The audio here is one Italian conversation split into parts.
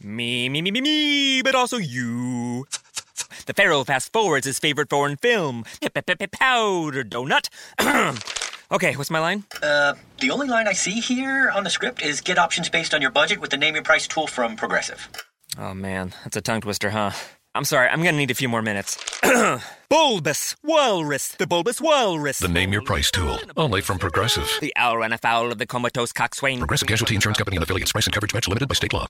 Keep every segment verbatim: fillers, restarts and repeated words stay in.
Me, me, me, me, me, but also you. The Pharaoh fast forwards his favorite foreign film, Powder Donut. Okay, what's my line? Uh, the only line I see here on the script is get options based on your budget with the Name Your Price tool from Progressive. Oh man, that's a tongue twister, huh? I'm sorry, I'm gonna need a few more minutes. Bulbous Walrus, the Bulbous Walrus. The Name Your Price tool, only from Progressive. The owl ran afoul of the comatose coxswain. Progressive Casualty Insurance Company and affiliates. Price and coverage match limited by state law.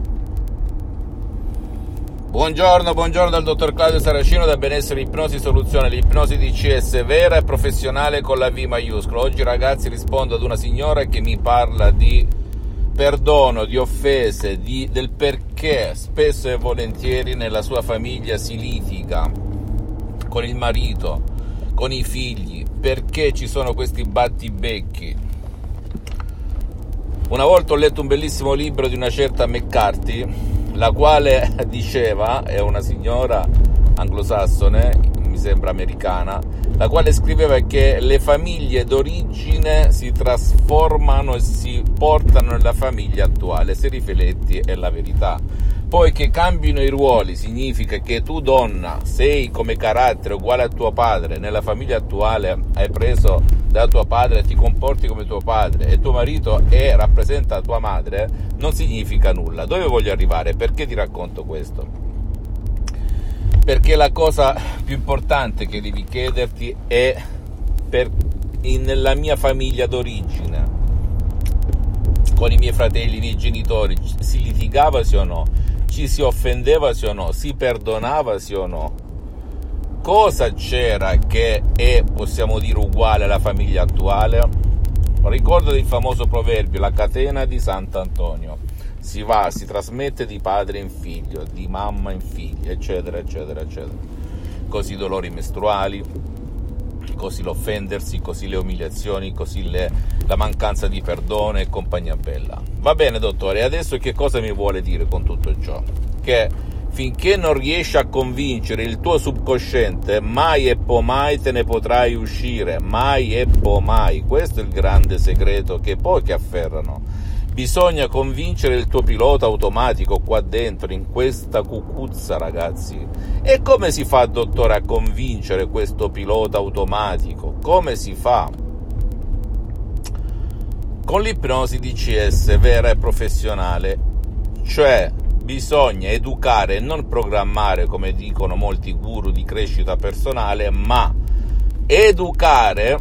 Buongiorno, buongiorno dal dottor Claudio Saracino da Benessere Ipnosi Soluzione, l'ipnosi D C S vera e professionale con la V maiuscola. Oggi ragazzi rispondo ad una signora che mi parla di perdono, di offese, di, del perché spesso e volentieri nella sua famiglia si litiga con il marito, con i figli, perché ci sono questi battibecchi. Una volta ho letto un bellissimo libro di una certa McCarthy, la quale diceva, è una signora anglosassone, mi sembra americana, la quale scriveva che le famiglie d'origine si trasformano e si portano nella famiglia attuale. Se rifletti è la verità. Poi che cambino i ruoli significa che tu donna sei come carattere uguale a tuo padre, nella famiglia attuale hai preso da tuo padre e ti comporti come tuo padre, e tuo marito è, rappresenta tua madre, non significa nulla. Dove voglio arrivare? Perché ti racconto questo? Perché la cosa più importante che devi chiederti è per, in, nella mia famiglia d'origine, con i miei fratelli, i miei genitori, si litigava sì o no? Ci si offendeva sì o no? Si perdonava sì o no? Cosa c'era che è, possiamo dire, uguale alla famiglia attuale? Ricordo del famoso proverbio, la catena di Sant'Antonio. Si va, si trasmette di padre in figlio, di mamma in figlio, eccetera, eccetera, eccetera. Così i dolori mestruali, così l'offendersi, così le umiliazioni, così le, la mancanza di perdono e compagnia bella. Va bene dottore, adesso che cosa mi vuole dire con tutto ciò? Che finché non riesci a convincere il tuo subconsciente, mai e poi mai te ne potrai uscire, mai e poi mai. Questo è il grande segreto che pochi afferrano. Bisogna convincere il tuo pilota automatico qua dentro, in questa cucuzza, ragazzi. E come si fa, dottore, a convincere questo pilota automatico? Come si fa? Con l'ipnosi D C S vera e professionale, cioè bisogna educare e non programmare, come dicono molti guru di crescita personale, ma educare,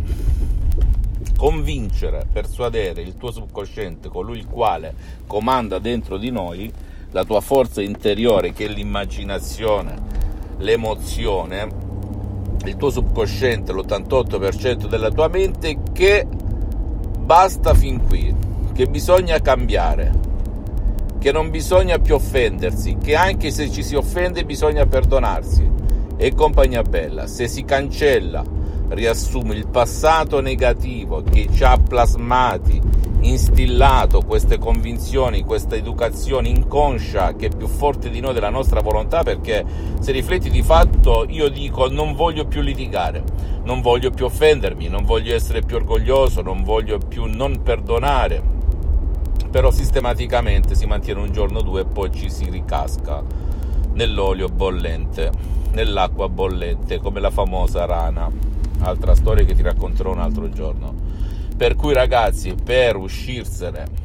convincere, persuadere il tuo subconsciente, colui il quale comanda dentro di noi, la tua forza interiore che è l'immaginazione, l'emozione, il tuo subconsciente, l'ottantotto per cento della tua mente, che basta fin qui, che bisogna cambiare, che non bisogna più offendersi, che anche se ci si offende bisogna perdonarsi e compagnia bella. Se si cancella, riassume il passato negativo che ci ha plasmati, instillato queste convinzioni, questa educazione inconscia che è più forte di noi, della nostra volontà, perché se rifletti di fatto io dico non voglio più litigare, non voglio più offendermi, non voglio essere più orgoglioso, non voglio più non perdonare, però sistematicamente si mantiene un giorno o due e poi ci si ricasca nell'olio bollente, nell'acqua bollente, come la famosa rana. Altra storia che ti racconterò un altro giorno. Per cui ragazzi, per uscirsene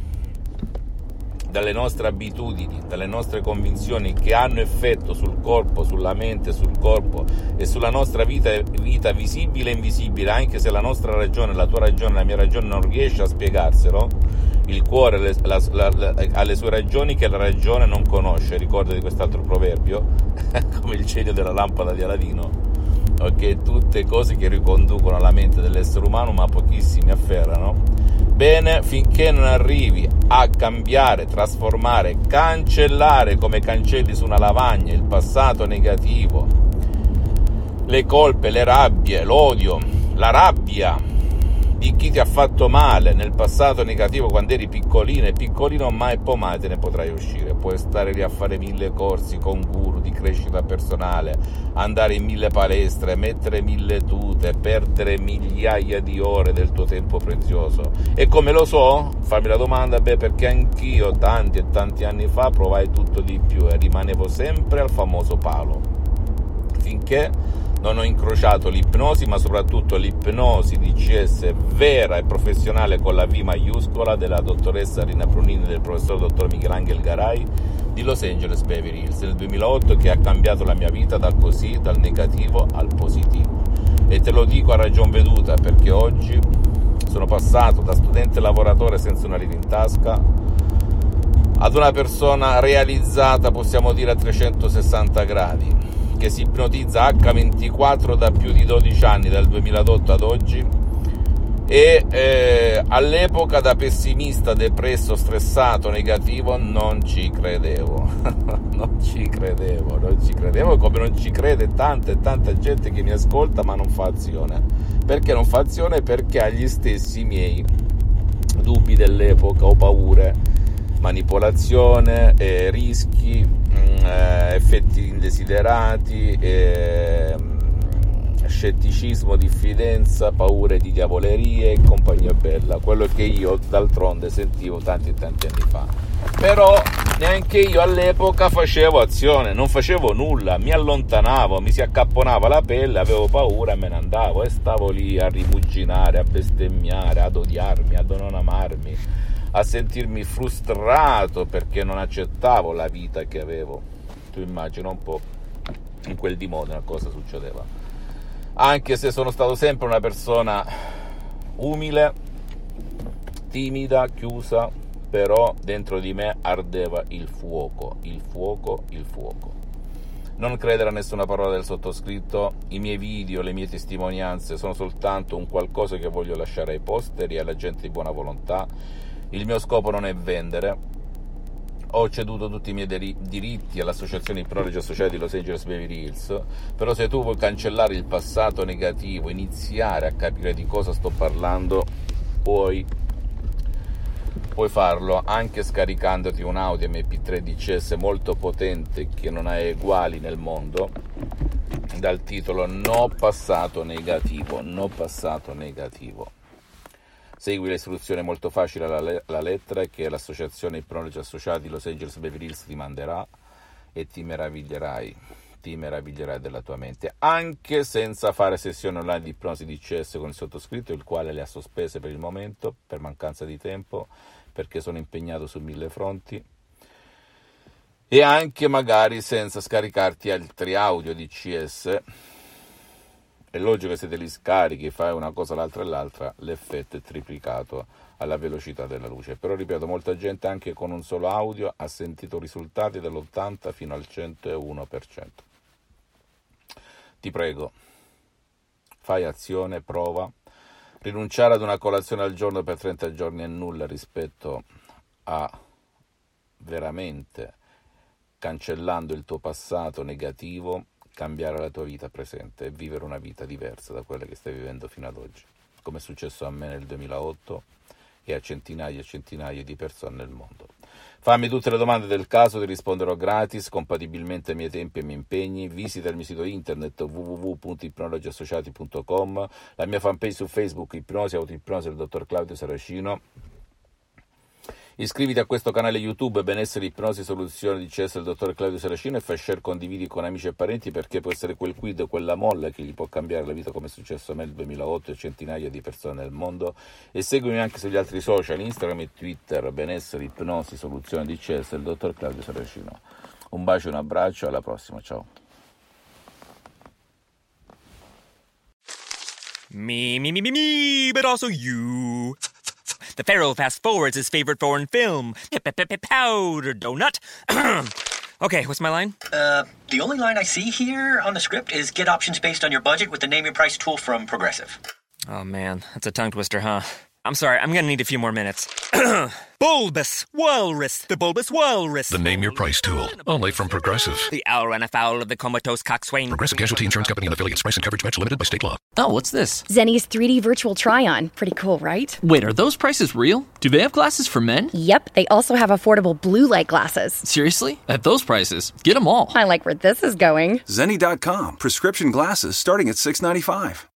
dalle nostre abitudini, dalle nostre convinzioni che hanno effetto sul corpo, sulla mente, sul corpo e sulla nostra vita, vita visibile e invisibile, anche se la nostra ragione, la tua ragione, la mia ragione non riesce a spiegarselo, il cuore le, la, la, la, ha le sue ragioni che la ragione non conosce. Ricorda di quest'altro proverbio, come il genio della lampada di Aladino. Ok, tutte cose che riconducono alla mente dell'essere umano, ma pochissimi afferrano. Bene, finché non arrivi a cambiare, trasformare, cancellare come cancelli su una lavagna il passato negativo, le colpe, le rabbie, l'odio, la rabbia, di chi ti ha fatto male nel passato negativo quando eri piccolino e piccolino, mai e poi mai te ne potrai uscire. Puoi stare lì a fare mille corsi con guru di crescita personale, andare in mille palestre, mettere mille tute, perdere migliaia di ore del tuo tempo prezioso. E come lo so? Fammi la domanda, beh, perché anch'io tanti e tanti anni fa provai tutto di più e rimanevo sempre al famoso palo, finché non ho incrociato l'ipnosi, ma soprattutto l'ipnosi di C S vera e professionale con la V maiuscola della dottoressa Rina Brunini e del professor dottor Michelangelo Garai di Los Angeles Beverly Hills nel duemilaotto, che ha cambiato la mia vita da così, dal negativo al positivo. E te lo dico a ragion veduta, perché oggi sono passato da studente lavoratore senza una lira in tasca ad una persona realizzata, possiamo dire, a trecentosessanta gradi, che si ipnotizza acca ventiquattro da più di dodici anni, dal duemilaotto ad oggi, e eh, all'epoca da pessimista, depresso, stressato, negativo non ci credevo, non ci credevo, non ci credevo, come non ci crede tanta e tanta gente che mi ascolta ma non fa azione. Perché non fa azione? Perché ha gli stessi miei dubbi dell'epoca o paure, manipolazione, eh, rischi, mh, eh, effetti indesiderati, eh, scetticismo, diffidenza, paure di diavolerie e compagnia bella, quello che io d'altronde sentivo tanti e tanti anni fa. Però neanche io all'epoca facevo azione, non facevo nulla, mi allontanavo, mi si accapponava la pelle, avevo paura e me ne andavo, e stavo lì a rimuginare, a bestemmiare, ad odiarmi, a non amarmi, a sentirmi frustrato perché non accettavo la vita che avevo. Tu immagina un po' in quel di Modena cosa succedeva. Anche se sono stato sempre una persona umile, timida, chiusa, però dentro di me ardeva il fuoco, il fuoco, il fuoco. Non credere a nessuna parola del sottoscritto, i miei video, le mie testimonianze sono soltanto un qualcosa che voglio lasciare ai posteri e alla gente di buona volontà. Il mio scopo non è vendere. Ho ceduto tutti i miei deri- diritti all'associazione Ipnologi Associati di Los Angeles Beverly Hills, però se tu vuoi cancellare il passato negativo, iniziare a capire di cosa sto parlando, puoi, puoi farlo anche scaricandoti un audio M P tre D C S molto potente che non ha eguali nel mondo, dal titolo No passato negativo, no passato negativo. Segui le istruzioni molto facili alla, le- alla lettera che l'associazione Ipnologi Associati di Los Angeles Beverly Hills ti manderà e ti meraviglierai, ti meraviglierai della tua mente, anche senza fare sessioni online di ipnosi D C S con il sottoscritto, il quale le ha sospese per il momento, per mancanza di tempo, perché sono impegnato su mille fronti, e anche magari senza scaricarti altri audio D C S. È logico che se te li scarichi, fai una cosa, l'altra e l'altra, l'effetto è triplicato alla velocità della luce. Però, ripeto, molta gente anche con un solo audio ha sentito risultati dall'ottanta fino al centouno per cento. Ti prego, fai azione, prova. Rinunciare ad una colazione al giorno per trenta giorni è nulla rispetto a veramente cancellando il tuo passato negativo, cambiare la tua vita presente e vivere una vita diversa da quella che stai vivendo fino ad oggi, come è successo a me nel duemilaotto e a centinaia e centinaia di persone nel mondo. Fammi tutte le domande del caso, ti risponderò gratis, compatibilmente ai miei tempi e ai miei impegni. Visita il mio sito internet w w w punto ipnologi associati punto com, la mia fanpage su Facebook Ipnosi, Autoipnosi del dottor Claudio Saracino. Iscriviti a questo canale YouTube Benessere, Ipnosi, Soluzione D C S del dottor Claudio Saracino e fai share, condividi con amici e parenti, perché può essere quel quid, quella molla che gli può cambiare la vita, come è successo a me nel duemilaotto e centinaia di persone nel mondo. E seguimi anche sugli altri social, Instagram e Twitter, Benessere, Ipnosi, Soluzione D C S del dottor Claudio Saracino. Un bacio e un abbraccio, alla prossima, ciao. Me, me, me, me, me, but also you. The Pharaoh fast forwards his favorite foreign film, Powder Donut. Okay, what's my line? Uh, the only line I see here on the script is get options based on your budget with the Name Your Price tool from Progressive. Oh man, that's a tongue twister, huh? I'm sorry, I'm gonna need a few more minutes. Bulbous Walrus, the Bulbous Walrus. The Name Your Price tool, only from Progressive. The owl ran afoul of the comatose coxswain. Progressive Casualty Insurance Company and affiliates. Price and coverage match limited by state law. Oh, what's this? Zenni's three D virtual try-on. Pretty cool, right? Wait, are those prices real? Do they have glasses for men? Yep, they also have affordable blue light glasses. Seriously? At those prices? Get them all. I like where this is going. Zenni dot com. Prescription glasses starting at six ninety-five.